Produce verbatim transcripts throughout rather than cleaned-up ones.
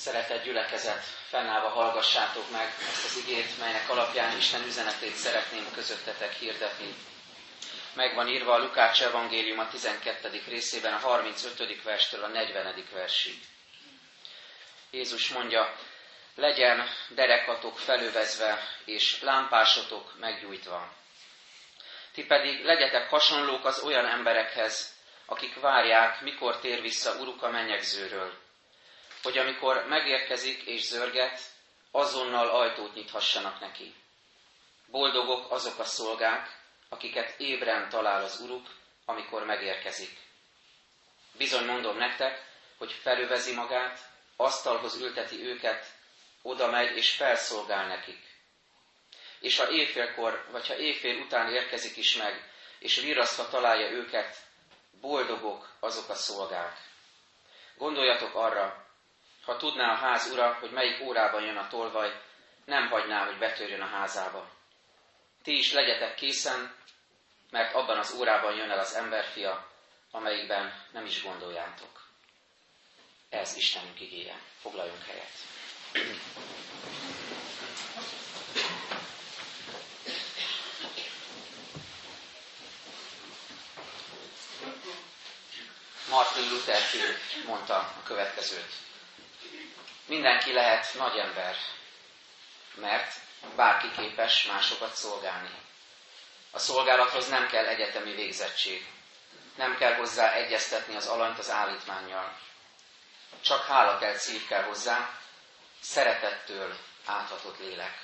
Szeretett gyülekezet, fennállva hallgassátok meg ezt az igét, melynek alapján Isten üzenetét szeretném közöttetek hirdetni. Meg van írva a Lukács evangélium a tizenkettedik részében a harmincötödik verstől a negyvenedik versig. Jézus mondja, legyen derekatok felövezve és lámpásotok meggyújtva. Ti pedig legyetek hasonlók az olyan emberekhez, akik várják, mikor tér vissza Uruk a mennyegzőről, hogy amikor megérkezik és zörget, azonnal ajtót nyithassanak neki. Boldogok azok a szolgák, akiket ébren talál az Uruk, amikor megérkezik. Bizony mondom nektek, hogy felövezi magát, asztalhoz ülteti őket, oda megy és felszolgál nekik. És ha éjfélkor, vagy ha éjfél után érkezik is meg, és virrasztva találja őket, boldogok azok a szolgák. Gondoljatok arra, ha tudná a ház ura, hogy melyik órában jön a tolvaj, nem hagyná, hogy betörjön a házába. Ti is legyetek készen, mert abban az órában jön el az emberfia, amelyikben nem is gondoljátok. Ez Istenünk igéje. Foglaljunk helyet. Martin Luther King mondta a következőt. Mindenki lehet nagy ember, mert bárki képes másokat szolgálni. A szolgálathoz nem kell egyetemi végzettség, nem kell hozzá egyeztetni az alanyt az állítmánnyal. Csak hálakelt szív kell hozzá, szeretettől áthatott lélek.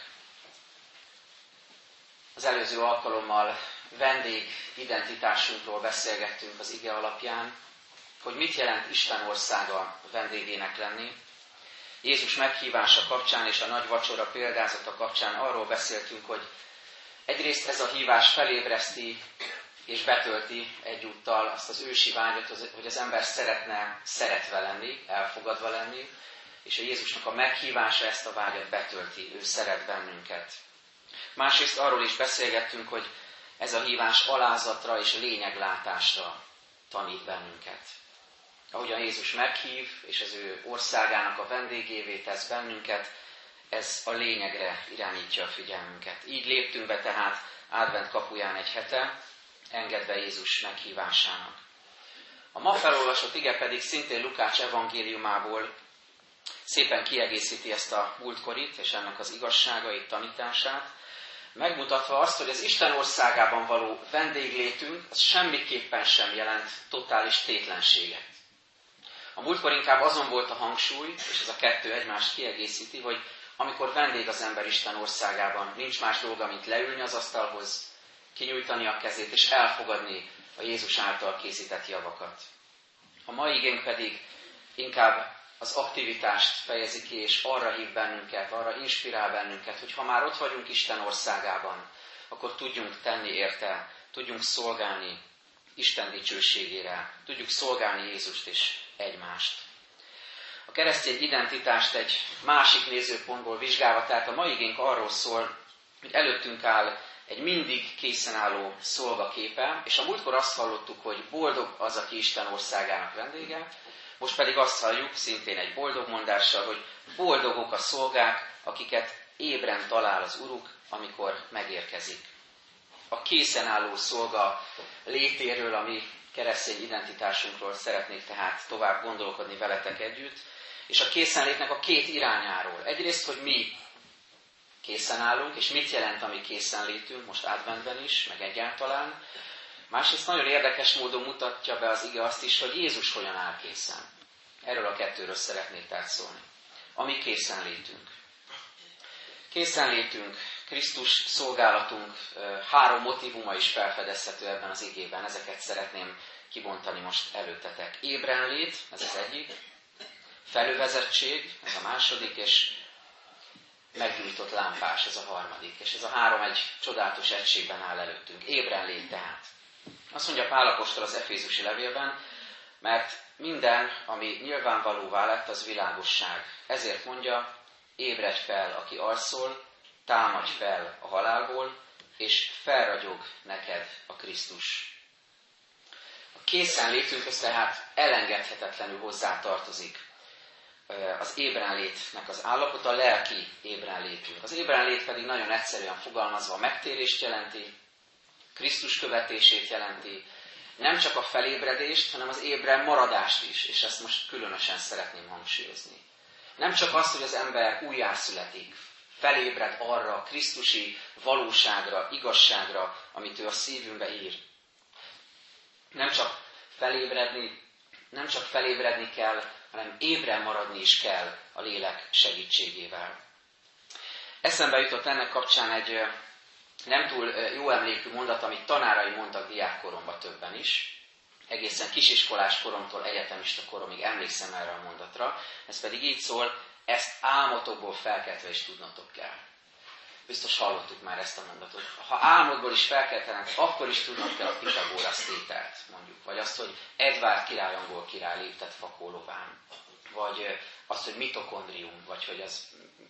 Az előző alkalommal vendég identitásunkról beszélgettünk az ige alapján, hogy mit jelent Isten országa vendégének lenni. Jézus meghívása kapcsán és a nagy vacsora példázata kapcsán arról beszéltünk, hogy egyrészt ez a hívás felébreszti és betölti egyúttal azt az ősi vágyat, hogy az ember szeretne szeretve lenni, elfogadva lenni, és a Jézusnak a meghívása ezt a vágyat betölti, ő szeret bennünket. Másrészt arról is beszélgettünk, hogy ez a hívás alázatra és lényeglátásra tanít bennünket. Ahogyan Jézus meghív, és az ő országának a vendégévé tesz bennünket, ez a lényegre irányítja a figyelmünket. Így léptünk be tehát advent kapuján egy hete, engedve Jézus meghívásának. A ma felolvasott ige pedig szintén Lukács evangéliumából szépen kiegészíti ezt a múltkorit és ennek az igazságait, tanítását, megmutatva azt, hogy az Isten országában való vendéglétünk az semmiképpen sem jelent totális tétlenséget. A múltkor inkább azon volt a hangsúly, és ez a kettő egymást kiegészíti, hogy amikor vendég az ember Isten országában, nincs más dolga, mint leülni az asztalhoz, kinyújtani a kezét és elfogadni a Jézus által készített javakat. A mai igénk pedig inkább az aktivitást fejezi ki, és arra hív bennünket, arra inspirál bennünket, hogy ha már ott vagyunk Isten országában, akkor tudjunk tenni érte, tudjunk szolgálni Isten dicsőségére, tudjuk szolgálni Jézust és egymást. A keresztény identitást egy másik nézőpontból vizsgálva, tehát a mai igénk arról szól, hogy előttünk áll egy mindig készen álló szolgaképe, és a múltkor azt hallottuk, hogy boldog az, aki Isten országának vendége, most pedig azt halljuk, szintén egy boldog mondással, hogy boldogok a szolgák, akiket ébren talál az Uruk, amikor megérkezik. A készen álló szolga létéről, a mi keresztény identitásunkról szeretnék tehát tovább gondolkodni veletek együtt, és a készenlétnek a két irányáról. Egyrészt, hogy mi készen állunk, és mit jelent a mi készenlétünk, most adventben is, meg egyáltalán. Másrészt nagyon érdekes módon mutatja be az ige azt is, hogy Jézus hogyan áll készen. Erről a kettőről szeretnék tehát szólni. A mi készenlétünk. Készenlétünk, Krisztus szolgálatunk három motívuma is felfedezhető ebben az igében. Ezeket szeretném kibontani most előttetek. Ébrenlét, ez az egyik. Felövezettség, ez a második, és meggyújtott lámpás, ez a harmadik. És ez a három egy csodálatos egységben áll előttünk. Ébrenlét tehát. Azt mondja Pál apostol az Efézusi levélben, mert minden, ami nyilvánvalóvá lett, az világosság. Ezért mondja, ébredj fel, aki alszol, támadj fel a halálból, és felragyog neked a Krisztus. A készenlétünkhöz tehát elengedhetetlenül hozzátartozik az ébrenlétnek az állapota, a lelki ébrenlétünk. Az ébrenlét pedig nagyon egyszerűen fogalmazva a megtérést jelenti, Krisztus követését jelenti, nem csak a felébredést, hanem az ébren maradást is, és ezt most különösen szeretném hangsúlyozni. Nem csak azt, hogy az ember újjászületik, felébred arra a krisztusi valóságra, igazságra, amit ő a szívünkbe ír. Nem csak felébredni, nem csak felébredni kell, hanem ébren maradni is kell a lélek segítségével. Eszembe jutott ennek kapcsán egy nem túl jó emlékű mondat, amit tanárai mondtak diákkoromban többen is. Egészen kisiskolás koromtól egyetemista koromig emlékszem erre a mondatra. Ez pedig így szól, ezt álmotokból felkeltve is tudnotok kell. Biztos hallottuk már ezt a mondatot. Ha álmodból is felkeltenek, akkor is tudnod kell a Pitagórasz tételt, mondjuk. Vagy azt, hogy Edvárd király, angol király léptett fakólován. Vagy azt, hogy mitokondrium, vagy hogy az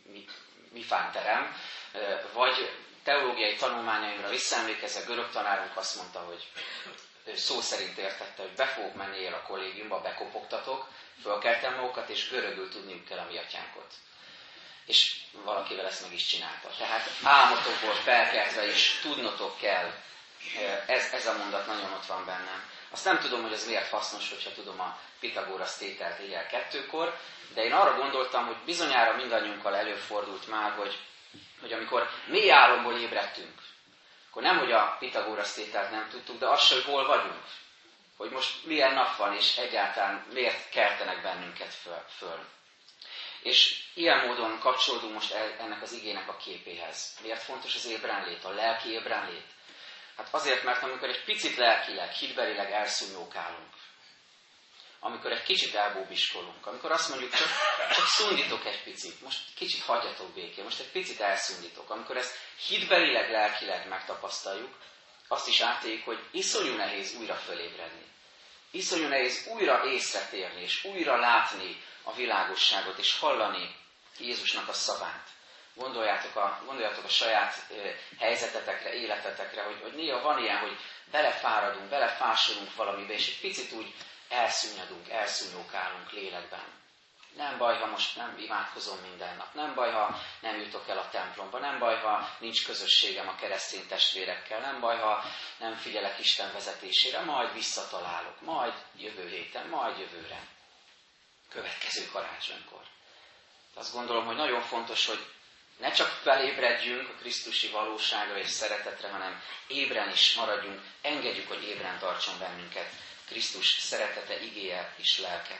mifánterem. Vagy teológiai tanulmányaimra visszaemlékezve görög tanárunk azt mondta, hogy ő szó szerint értette, hogy be fogok menni él a kollégiumba, bekopogtatok, fölkeltem magukat, és görögül tudniuk kell a mi atyánkot. És valakivel ezt meg is csinálta. Tehát álmotokból felkeltve is tudnotok kell. Ez, ez a mondat nagyon ott van bennem. Azt nem tudom, hogy ez miért hasznos, hogyha tudom a Pitagórasz tételt éjjel kettőkor, de én arra gondoltam, hogy bizonyára mindannyiunkkal előfordult már, hogy, hogy amikor mély álomból ébredtünk, akkor nem, hogy a Pitagórasz tételt nem tudtuk, de azt sem, hogy hol vagyunk. Hogy most milyen nap van, és egyáltalán miért keltenek bennünket föl. föl. És ilyen módon kapcsolódunk most ennek az igének a képéhez. Miért fontos az ébrenlét, a lelki ébrenlét? Hát azért, mert amikor egy picit lelkileg, hitbelileg elszúnyókálunk, amikor egy kicsit elbóbiskolunk, amikor azt mondjuk, csak, csak szundítok egy picit, most kicsit hagyjatok békén, most egy picit elszundítok, amikor ezt hitbelileg, lelkileg megtapasztaljuk, azt is átéljük, hogy iszonyú nehéz újra fölébredni. Iszonyú nehéz újra észretérni, és újra látni a világosságot, és hallani Jézusnak a szavát. Gondoljátok a, gondoljátok a saját ö, helyzetetekre, életetekre, hogy, hogy néha van ilyen, hogy belefáradunk, belefásolunk valamibe, és egy picit úgy elszunnyadunk, elszunnyókálunk lélekben. Nem baj, ha most nem imádkozom minden nap. Nem baj, ha nem jutok el a templomba. Nem baj, ha nincs közösségem a keresztény testvérekkel. Nem baj, ha nem figyelek Isten vezetésére. Majd visszatalálok. Majd jövő héten, majd jövőre. Következő karácsonykor. Azt gondolom, hogy nagyon fontos, hogy ne csak felébredjünk a krisztusi valóságra és szeretetre, hanem ébren is maradjunk. Engedjük, hogy ébren tartson bennünket Krisztus szeretete, igéje és lelke.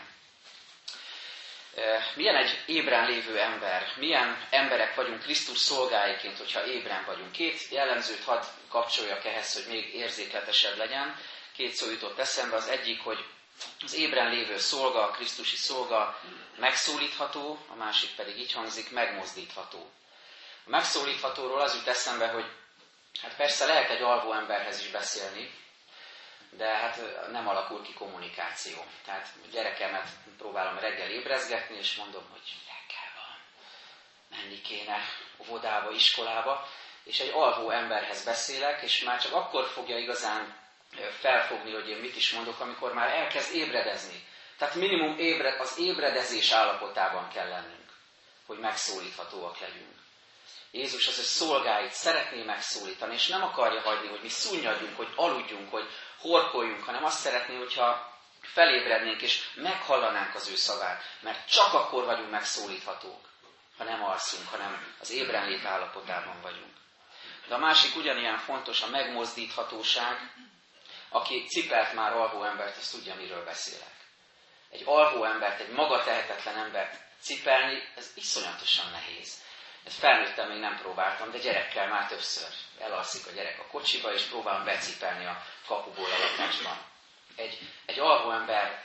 Milyen egy ébren lévő ember? Milyen emberek vagyunk Krisztus szolgáiként, hogyha ébren vagyunk? Két jellemzőt hadd kapcsoljak ehhez, hogy még érzékletesebb legyen. Két szó jutott eszembe. Az egyik, hogy az ébren lévő szolga, a krisztusi szolga megszólítható, a másik pedig így hangzik, megmozdítható. A megszólíthatóról az jut eszembe, hogy hát persze lehet egy alvó emberhez is beszélni, de hát nem alakul ki kommunikáció. Tehát gyerekemet próbálom reggel ébrezgetni, és mondom, hogy reggel van, menni kéne óvodába, iskolába, és egy alvó emberhez beszélek, és már csak akkor fogja igazán felfogni, hogy én mit is mondok, amikor már elkezd ébredezni. Tehát minimum ébred, az ébredezés állapotában kell lennünk, hogy megszólíthatóak legyünk. Jézus az ő szolgáit szeretné megszólítani, és nem akarja hagyni, hogy mi szunnyadjunk, hogy aludjunk, hogy horkoljunk, hanem azt szeretné, hogyha felébrednénk, és meghallanánk az ő szavát, mert csak akkor vagyunk megszólíthatók, ha nem alszunk, hanem az ébrenlét állapotában vagyunk. De a másik ugyanilyen fontos, a megmozdíthatóság. Aki cipelt már alvó embert, az tudja, miről beszélek. Egy alvó embert, egy maga tehetetlen embert cipelni, ez iszonyatosan nehéz. Ezt felnőttem, még nem próbáltam, de gyerekkel már többször. Elalszik a gyerek a kocsiba, és próbálom becipelni a kapuból a lakásban. Egy, egy alvó ember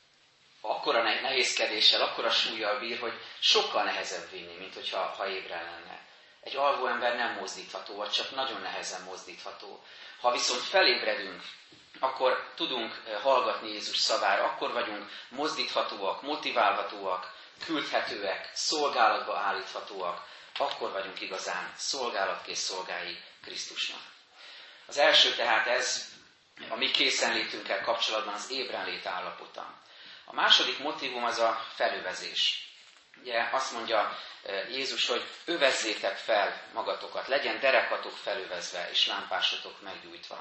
akkora nehézkedéssel, akkora súllyal bír, hogy sokkal nehezebb vinni, mint hogyha ha ébren lenne. Egy alvó ember nem mozdítható, vagy csak nagyon nehezen mozdítható. Ha viszont felébredünk, akkor tudunk hallgatni Jézus szavára, akkor vagyunk mozdíthatóak, motiválhatóak, küldhetőek, szolgálatba állíthatóak, akkor vagyunk igazán szolgálatkész szolgái Krisztusnak. Az első tehát ez, a mi készenlétünkkel kapcsolatban az ébrenlét állapota. A második motívum az a felövezés. Ugye azt mondja Jézus, hogy övezzétek fel magatokat, legyen derekatok felövezve, és lámpásotok meggyújtva.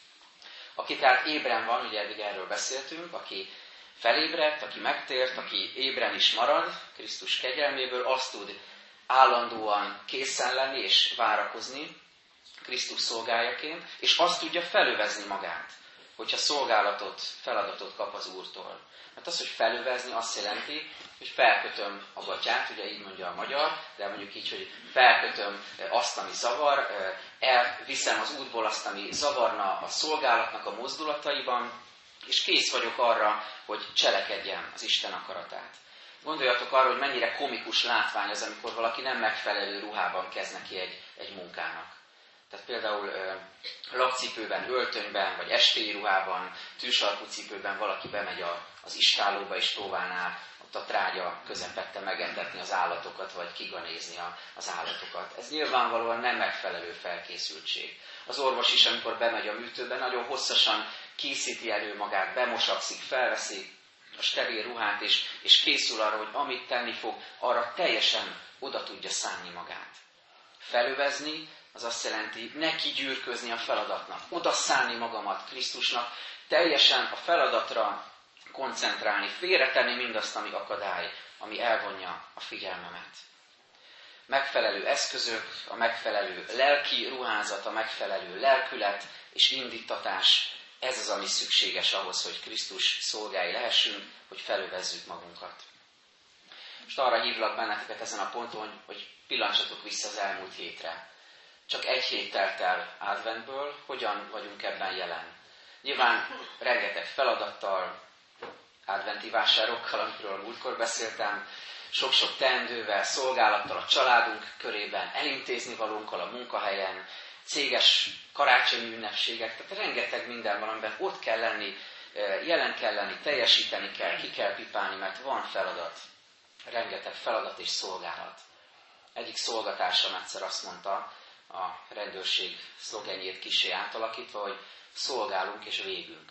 Aki tehát ébren van, ugye eddig erről beszéltünk, aki felébredt, aki megtért, aki ébren is marad, Krisztus kegyelméből, azt tud állandóan készen lenni és várakozni Krisztus szolgájaként, és azt tudja felövezni magát, hogyha szolgálatot, feladatot kap az Úrtól. Mert az, hogy felövezni, azt jelenti, hogy felkötöm a gatyát, ugye így mondja a magyar, de mondjuk így, hogy felkötöm azt, ami zavar, elviszem az útból azt, ami zavarna a szolgálatnak a mozdulataiban, és kész vagyok arra, hogy cselekedjem az Isten akaratát. Gondoljatok arra, hogy mennyire komikus látvány az, amikor valaki nem megfelelő ruhában kezd neki egy, egy munkának. Tehát például ö, lakcipőben, öltönyben, vagy estéi ruhában, tűsarkú cipőben valaki bemegy a, az istállóba, és próbálná ott a trágya közepette megentetni az állatokat, vagy kiganézni a, az állatokat. Ez nyilvánvalóan nem megfelelő felkészültség. Az orvos is, amikor bemegy a műtőbe, nagyon hosszasan készíti elő magát, bemosakszik, felveszi a steril ruhát, és, és készül arra, hogy amit tenni fog, arra teljesen oda tudja szánni magát. Felövezni, az azt jelenti, neki gyűrközni a feladatnak, oda szánni magamat Krisztusnak, teljesen a feladatra koncentrálni, félretenni mindazt, ami akadály, ami elvonja a figyelmemet. Megfelelő eszközök, a megfelelő lelki ruházat, a megfelelő lelkület és indítatás, ez az, ami szükséges ahhoz, hogy Krisztus szolgái lehessünk, hogy felövezzük magunkat. Most arra hívlak benneteket ezen a ponton, hogy pillantsatok vissza az elmúlt hétre. Csak egy hét telt el adventből, hogyan vagyunk ebben jelen. Nyilván rengeteg feladattal, adventi vásárokkal, amikről a múltkor beszéltem, sok-sok teendővel, szolgálattal a családunk körében, elintézni valónkkal a munkahelyen, céges karácsonyi ünnepségek, tehát rengeteg minden van, amiben ott kell lenni, jelen kell lenni, teljesíteni kell, ki kell pipálni, mert van feladat. Rengeteg feladat és szolgálat. Egyik szolgatársam egyszer azt mondta, a rendőrség szlogenjét kissé átalakítva, hogy szolgálunk és végünk.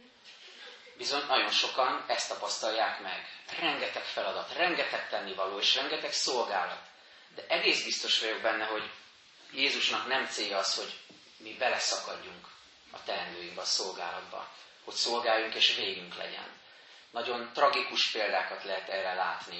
Bizony nagyon sokan ezt tapasztalják meg. Rengeteg feladat, rengeteg tennivaló és rengeteg szolgálat. De egész biztos vagyok benne, hogy Jézusnak nem célja az, hogy mi beleszakadjunk a teendőinkbe, a szolgálatba. Hogy szolgáljunk és végünk legyen. Nagyon tragikus példákat lehet erre látni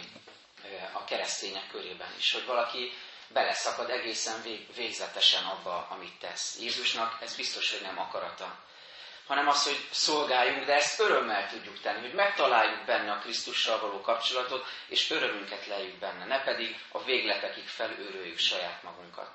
a keresztények körében is. Hogy valaki beleszakad egészen vég, végzetesen abba, amit tesz. Jézusnak ez biztos, hogy nem akarata. Hanem az, hogy szolgáljunk, de ezt örömmel tudjuk tenni, hogy megtaláljuk benne a Krisztussal való kapcsolatot, és örömünket leljük benne, ne pedig a végletekig felőröljük saját magunkat.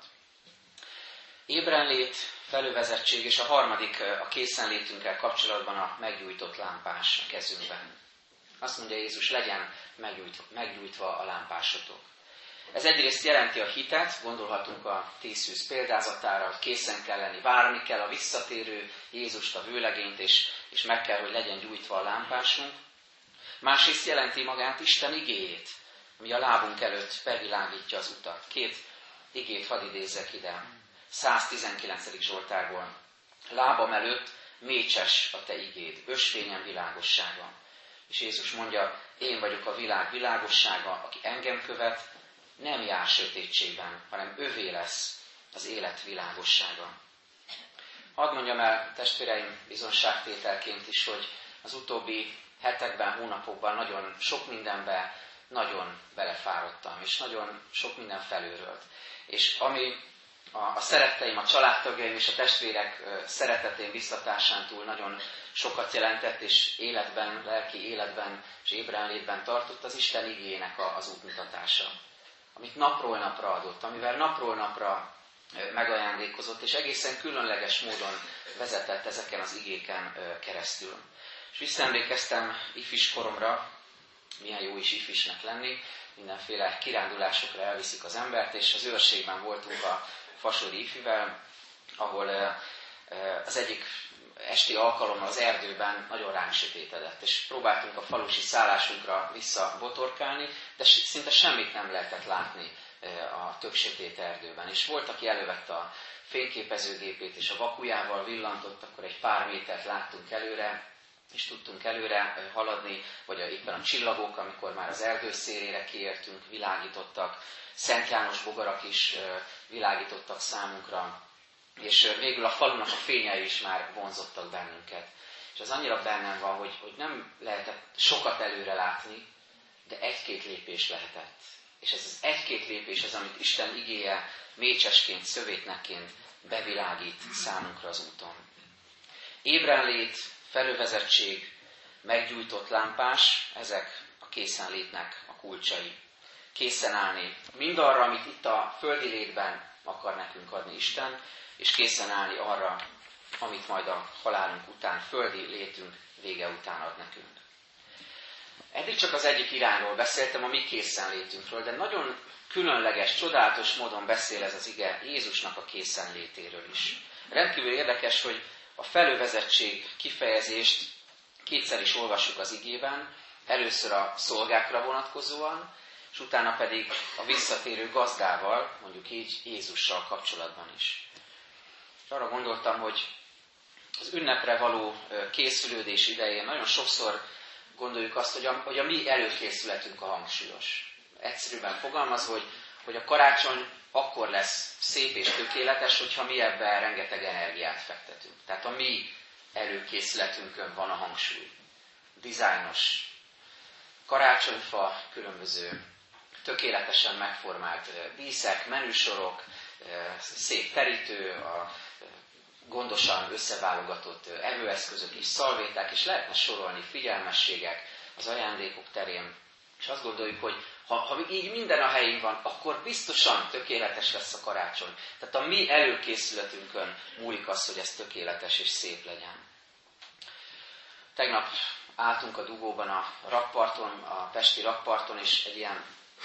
Ébrenlét, felövezettség, és a harmadik a készenlétünkkel kapcsolatban a meggyújtott lámpás a kezünkben. Azt mondja Jézus, legyen meggyújtva, meggyújtva a lámpásotok. Ez egyrészt jelenti a hitet, gondolhatunk a tíz szűz példázatára, hogy készen kell lenni, várni kell a visszatérő Jézust, a vőlegényt, és, és meg kell, hogy legyen gyújtva a lámpásunk. Másrészt jelenti magát Isten igéjét, ami a lábunk előtt bevilágítja az utat. Két igét hadd idézzek ide. száztizenkilencedik Zsoltárból. Lábam előtt mécses a te igéd, ösvényem világossága. És Jézus mondja, én vagyok a világ világossága, aki engem követ, nem jár sötétségben, hanem övé lesz az élet világossága. Hadd mondjam el, testvéreim, bizonságtételként is, hogy az utóbbi hetekben, hónapokban nagyon sok mindenben nagyon belefáradtam, és nagyon sok minden felőrölt. És ami a, a szeretteim, a családtagjaim és a testvérek szeretetén biztatásán túl nagyon sokat jelentett, és életben, lelki életben és ébrenlétben tartott, az Isten igéjének az útmutatása. Amit napról napra adott, amivel napról napra megajándékozott, és egészen különleges módon vezetett ezeken az igéken keresztül. És visszaemlékeztem ifis koromra, milyen jó is ifisnek lenni, mindenféle kirándulásokra elviszik az embert, és az őrségben voltunk a Fasori ifivel, ahol az egyik esti alkalommal az erdőben nagyon ránk sötétedett, és próbáltunk a falusi szállásunkra visszabotorkálni, de szinte semmit nem lehetett látni a tök sötét erdőben. És volt, aki elővette a fényképezőgépét, és a vakujjával villantott, akkor egy pár métert láttunk előre, és tudtunk előre haladni, vagy éppen a csillagok, amikor már az erdő szélére kiértünk, világítottak, Szent János bogarak is világítottak számunkra, és végül a falunak a fényei is már vonzottak bennünket. És az annyira bennem van, hogy, hogy nem lehetett sokat előre látni, de egy-két lépés lehetett. És ez az egy-két lépés az, amit Isten igéje mécsesként, szövétnekként bevilágít számunkra az úton. Ébrenlét, felővezettség, meggyújtott lámpás, ezek a készenlétnek a kulcsai. Készen állni mindarra, amit itt a földi létben akar nekünk adni Isten, és készen állni arra, amit majd a halálunk után, földi létünk vége után ad nekünk. Eddig csak az egyik irányról beszéltem, a mi készenlétünkről, de nagyon különleges, csodálatos módon beszél ez az ige Jézusnak a készenlétéről is. Rendkívül érdekes, hogy a felővezettség kifejezést kétszer is olvassuk az igében, először a szolgákra vonatkozóan, és utána pedig a visszatérő gazdával, mondjuk így Jézussal kapcsolatban is. És arra gondoltam, hogy az ünnepre való készülődés idején nagyon sokszor gondoljuk azt, hogy a, hogy a mi előkészületünk a hangsúlyos. Egyszerűen fogalmazva, hogy, hogy a karácsony akkor lesz szép és tökéletes, hogyha mi ebben rengeteg energiát fektetünk. Tehát a mi előkészületünkön van a hangsúly. Dizájnos karácsonyfa, különböző tökéletesen megformált díszek, menüsorok, szép terítő, a gondosan összeválogatott evőeszközök és szalvéták, és lehetne sorolni figyelmességek az ajándékok terén. És azt gondoljuk, hogy ha, ha így minden a helyén van, akkor biztosan tökéletes lesz a karácsony. Tehát a mi előkészületünkön múlik az, hogy ez tökéletes és szép legyen. Tegnap álltunk a dugóban a rakparton, a pesti rakparton, és egy ilyen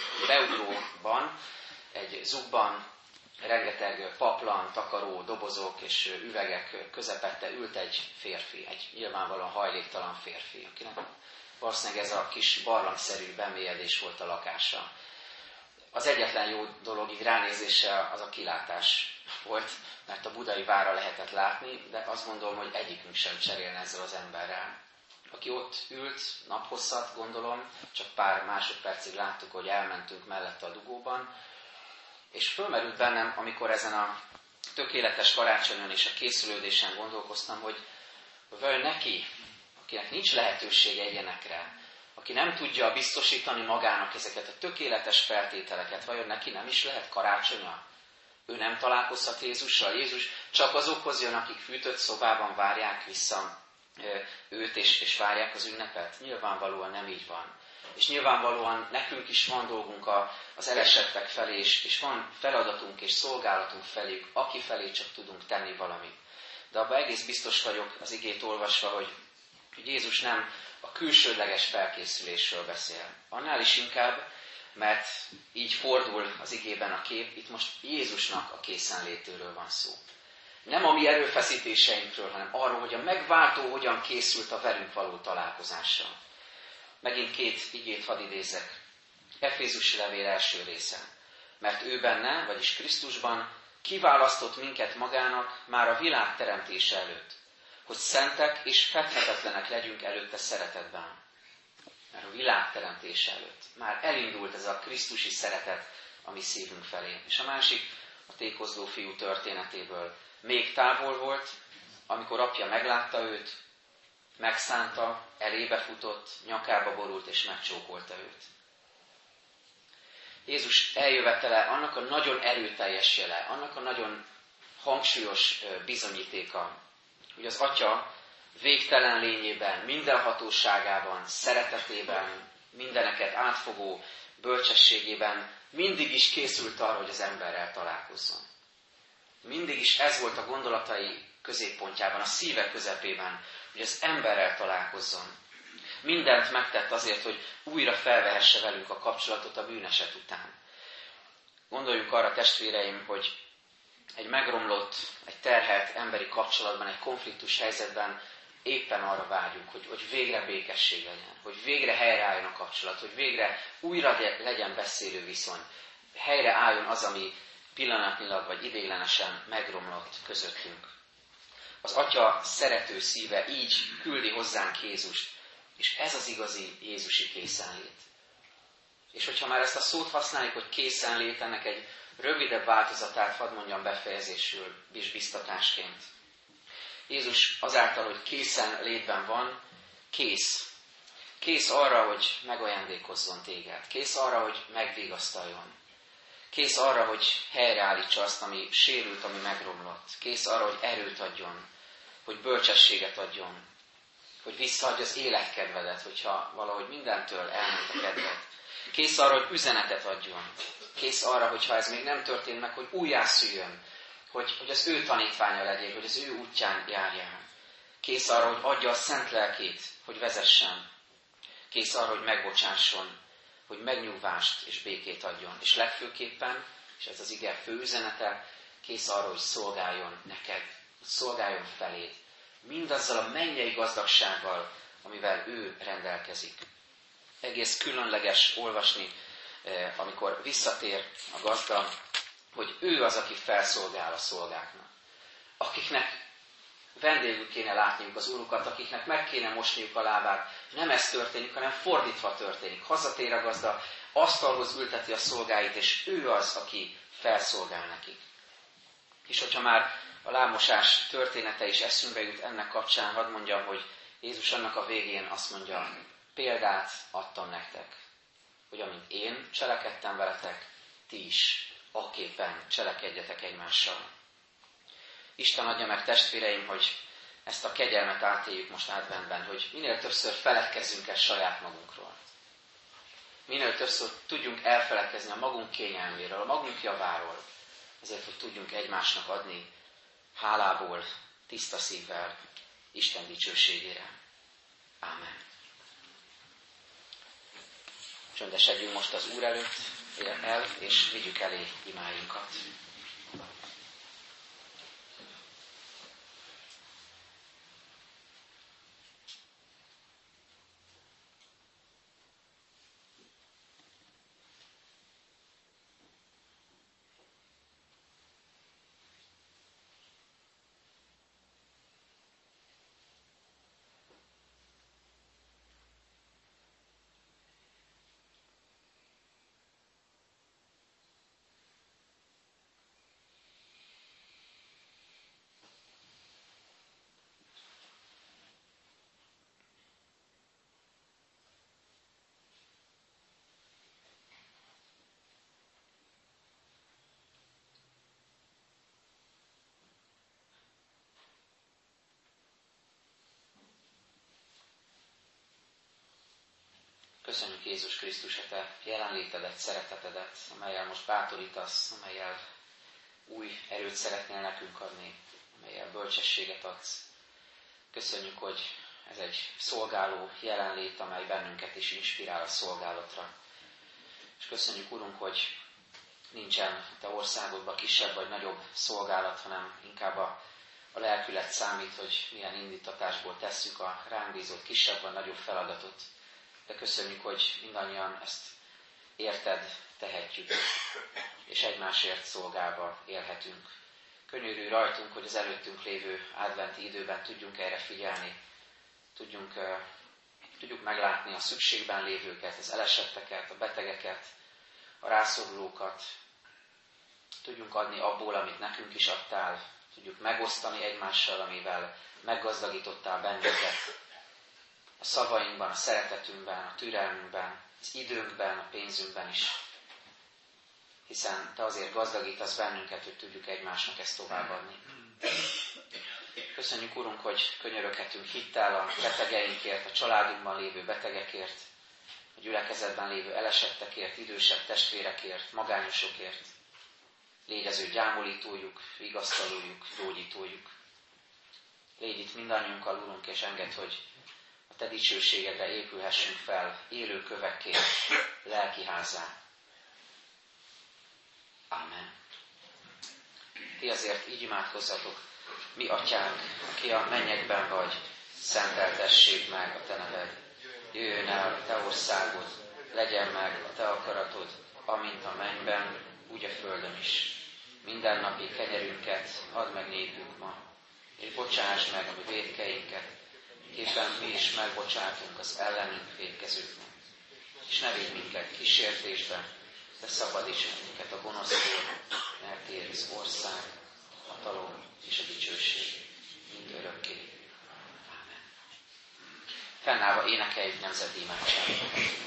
beugróban, egy zugban, rengeteg paplan, takaró, dobozok és üvegek közepette ült egy férfi, egy nyilvánvalóan hajléktalan férfi, akinek valószínűleg ez a kis barlangszerű bemélyedés volt a lakása. Az egyetlen jó dolog így ránézéssel az a kilátás volt, mert a budai várra lehetett látni, de azt gondolom, hogy egyikünk sem cserélne ezzel az emberrel. Aki ott ült, naphosszat gondolom, csak pár másodpercig láttuk, hogy elmentünk mellette a dugóban, és fölmerült bennem, amikor ezen a tökéletes karácsonyon és a készülődésen gondolkoztam, hogy vajon neki, akinek nincs lehetősége ilyenekre, aki nem tudja biztosítani magának ezeket a tökéletes feltételeket, vajon neki nem is lehet karácsonya? Ő nem találkozhat Jézussal? Jézus csak azokhoz jön, akik fűtött szobában várják vissza őt, és, és várják az ünnepet? Nyilvánvalóan nem így van. És nyilvánvalóan nekünk is van dolgunk a, az elesettek felé, és, és van feladatunk és szolgálatunk felé, aki felé csak tudunk tenni valamit. De abban egész biztos vagyok az igét olvasva, hogy, hogy Jézus nem a külsődleges felkészülésről beszél. Annál is inkább, mert így fordul az igében a kép, itt most Jézusnak a készenlétéről van szó. Nem a mi erőfeszítéseinkről, hanem arról, hogy a megváltó hogyan készült a velünk való találkozásra. Megint két igét hadd idézek. Efézusi levél első része. Mert ő benne, vagyis Krisztusban kiválasztott minket magának már a világ teremtése előtt, hogy szentek és fedhetetlenek legyünk előtte szeretetben. Mert a világ teremtése előtt már elindult ez a krisztusi szeretet a mi szívünk felé. És a másik a tékozló fiú történetéből. Még távol volt, amikor apja meglátta őt, megszánta, elébe futott, nyakába borult és megcsókolta őt. Jézus eljövetele annak a nagyon erőteljes jele, annak a nagyon hangsúlyos bizonyítéka, hogy az Atya végtelen lényében, mindenhatóságában, szeretetében, mindeneket átfogó bölcsességében mindig is készült arra, hogy az emberrel találkozzon. Mindig is ez volt a gondolatai középpontjában, a szíve közepében, hogy az emberrel találkozzon. Mindent megtett azért, hogy újra felvehesse velünk a kapcsolatot a bűneset után. Gondoljunk arra, testvéreim, hogy egy megromlott, egy terhelt emberi kapcsolatban, egy konfliktus helyzetben éppen arra vágyunk, hogy, hogy végre békesség legyen, hogy végre helyreálljon a kapcsolat, hogy végre újra legyen beszélő viszony, helyre álljon az, ami pillanatnyilag vagy ideiglenesen megromlott közöttünk. Az Atya szerető szíve így küldi hozzánk Jézust, és ez az igazi jézusi készenlét. És hogyha már ezt a szót használjuk, hogy készenlét, ennek egy rövidebb változatát hadd mondjam befejezésül és biztatásként. Jézus azáltal, hogy készen létben van, kész. Kész arra, hogy megajándékozzon téged. Kész arra, hogy megvigasztaljon. Kész arra, hogy helyreállítsa azt, ami sérült, ami megromlott. Kész arra, hogy erőt adjon, hogy bölcsességet adjon, hogy visszaadja az életkedvedet, hogyha valahogy mindentől elment a kedved. Kész arra, hogy üzenetet adjon. Kész arra, hogyha ez még nem történt meg, hogy újjászüljön, hogy, hogy az ő tanítványa legyél, hogy az ő útján járjál. Kész arra, hogy adja a szent lelkét, hogy vezessen. Kész arra, hogy megbocsásson, hogy megnyugvást és békét adjon. És legfőképpen, és ez az ige fő üzenete, kész arra, hogy szolgáljon neked, hogy szolgáljon feléd. Mindazzal a mennyei gazdagsággal, amivel ő rendelkezik. Egész különleges olvasni, amikor visszatér a gazda, hogy ő az, aki felszolgál a szolgáknak. Akiknek vendégül kéne látniuk az urukat, akiknek meg kéne mosniuk a lábát. Nem ez történik, hanem fordítva történik. Hazatér a gazda, asztalhoz ülteti a szolgáit, és ő az, aki felszolgál nekik. És hogyha már a lábmosás története is eszünkbe jut ennek kapcsán, hadd mondjam, hogy Jézus annak a végén azt mondja, példát adtam nektek, hogy amint én cselekedtem veletek, ti is akképpen cselekedjetek egymással. Isten adja meg, testvéreim, hogy ezt a kegyelmet átéljük most adventben, hogy minél többször feledkezzünk el saját magunkról. Minél többször tudjunk elfeledkezni a magunk kényelméről, a magunk javáról, azért, hogy tudjunk egymásnak adni hálából, tiszta szívvel, Isten dicsőségére. Ámen. Csöndesedjünk most az Úr előtt el, és vigyük elé imáinkat. Köszönjük Jézus Krisztus, a te jelenlétedet, szeretetedet, amellyel most bátorítasz, amellyel új erőt szeretnél nekünk adni, amellyel bölcsességet adsz. Köszönjük, hogy ez egy szolgáló jelenlét, amely bennünket is inspirál a szolgálatra. És köszönjük, Urunk, hogy nincsen te országodban kisebb vagy nagyobb szolgálat, hanem inkább a, a lelkület számít, hogy milyen indítatásból tesszük a ránk bízott kisebb vagy nagyobb feladatot. De köszönjük, hogy mindannyian ezt érted tehetjük, és egymásért szolgálva élhetünk. Könyörülj rajtunk, hogy az előttünk lévő adventi időben tudjunk erre figyelni, tudjunk, uh, tudjuk meglátni a szükségben lévőket, az elesetteket, a betegeket, a rászorulókat, tudjunk adni abból, amit nekünk is adtál, tudjuk megosztani egymással, amivel meggazdagítottál bennünket, a szavainkban, a szeretetünkben, a türelmünkben, az időnkben, a pénzünkben is. Hiszen te azért gazdagítasz bennünket, hogy tudjuk egymásnak ezt továbbadni. Köszönjük, Urunk, hogy könyöröghetünk hittel a betegeinkért, a családunkban lévő betegekért, a gyülekezetben lévő elesettekért, idősebb testvérekért, magányosokért. Légy az ő gyámolítójuk, vigasztalójuk, gyógyítójuk. Légy itt mindannyiunkkal, Urunk, és engedd, hogy a te dicsőségedre épülhessünk fel élő kövekként, lelkiházá. Amen. Ti azért így imádkozzatok, mi atyánk, aki a mennyekben vagy, szenteltessék meg a te neved. Jöjjön el a te országod, legyen meg a te akaratod, amint a mennyben, úgy a földön is. Mindennapi kenyerünket add meg nékünk ma, és bocsásd meg a mi vétkeinket, éppen mi is megbocsátunk az ellenünk vétkezőknek. És ne vigy minket kísértésbe, de szabadíts meg minket a gonosztól, mert tiéd az ország, a hatalom és a dicsőség mind örökké. Ámen. Fennállva énekeljük nemzeti imádságot.